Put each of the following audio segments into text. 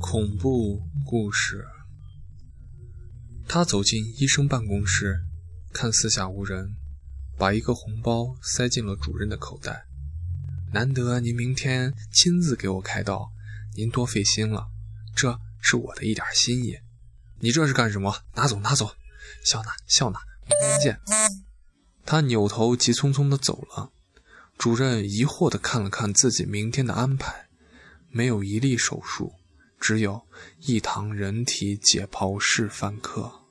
恐怖故事。他走进医生办公室，看四下无人，把一个红包塞进了主任的口袋。难得您明天亲自给我开刀，您多费心了，这是我的一点心意。你这是干什么？拿走拿走，笑纳，明天见。他扭头急匆匆地走了。主任疑惑地看了看自己明天的安排，没有一例手术，只有一堂人体解剖示范课。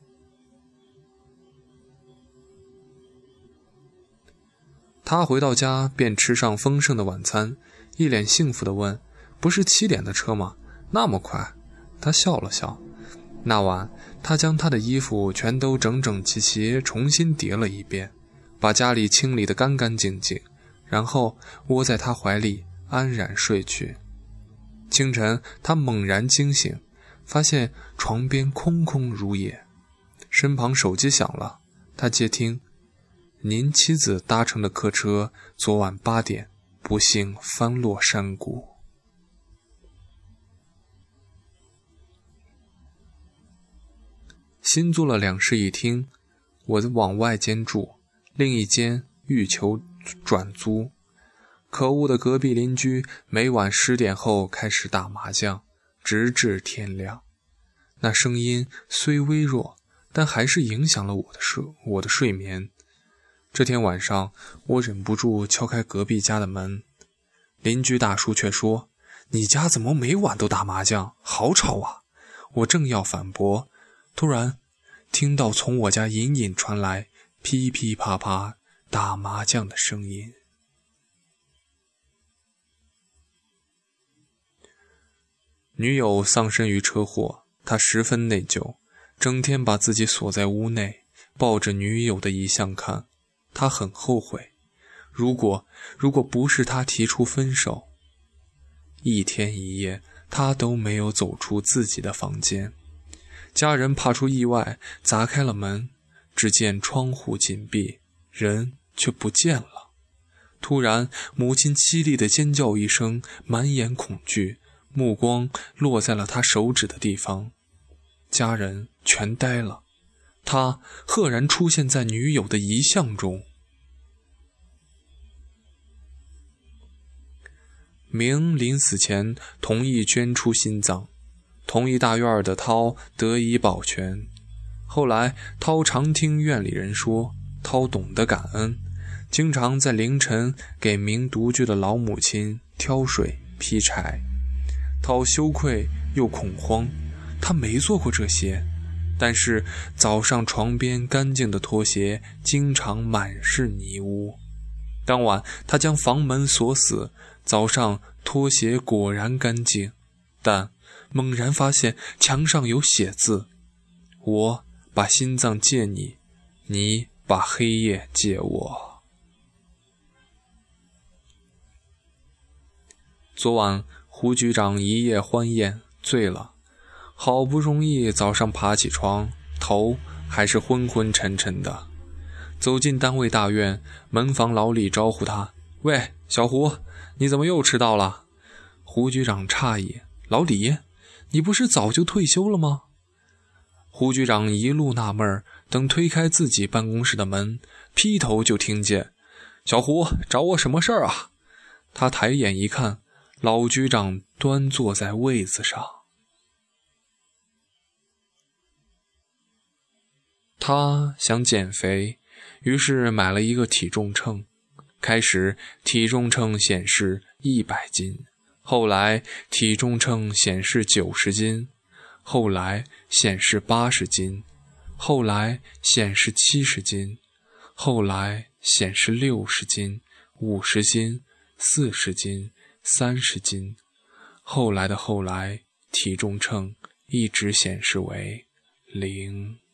他回到家便吃上丰盛的晚餐，一脸幸福地问：不是7点的车吗？那么快？他笑了笑。那晚他将他的衣服全都整整齐齐重新叠了一遍，把家里清理得干干净净，然后窝在他怀里安然睡去。清晨他猛然惊醒，发现床边空空如也，身旁手机响了，他接听：您妻子搭乘的客车昨晚8点不幸翻落山谷。新租了2室1厅，我往外间住，另一间欲求转租。可恶的隔壁邻居每晚10点后开始打麻将，直至天亮。那声音虽微弱，但还是影响了我的睡眠。这天晚上，我忍不住敲开隔壁家的门，邻居大叔却说：你家怎么每晚都打麻将？好吵啊！我正要反驳，突然听到从我家隐隐传来噼噼啪啪打麻将的声音。女友丧生于车祸，他十分内疚，整天把自己锁在屋内，抱着女友的遗像看。他很后悔，如果不是他提出分手，一天一夜他都没有走出自己的房间。家人怕出意外，砸开了门，只见窗户紧闭，人却不见了。突然母亲凄厉的尖叫一声，满眼恐惧，目光落在了他手指的地方。家人全呆了，他赫然出现在女友的遗像中。明临死前同意捐出心脏，同一大院的涛得以保全。后来涛常听院里人说，涛懂得感恩，经常在凌晨给明独居的老母亲挑水劈柴。涛羞愧又恐慌，他没做过这些，但是早上床边干净的拖鞋经常满是泥污。当晚他将房门锁死，早上拖鞋果然干净，但猛然发现墙上有写字：我把心脏借你，你把黑夜借我。昨晚胡局长一夜欢宴醉了，好不容易早上爬起床，头还是昏昏沉沉的。走进单位大院，门房老李招呼他：喂，小胡，你怎么又迟到了？胡局长诧异：老李，你不是早就退休了吗？胡局长一路纳闷，等推开自己办公室的门，劈头就听见：小胡，找我什么事儿啊？他抬眼一看，老局长端坐在位子上。他想减肥，于是买了一个体重秤。开始体重秤显示100斤，后来体重秤显示90斤，后来显示80斤，后来显示70斤，后来显示60斤、50斤、40斤、30斤，后来的后来，体重秤一直显示为0。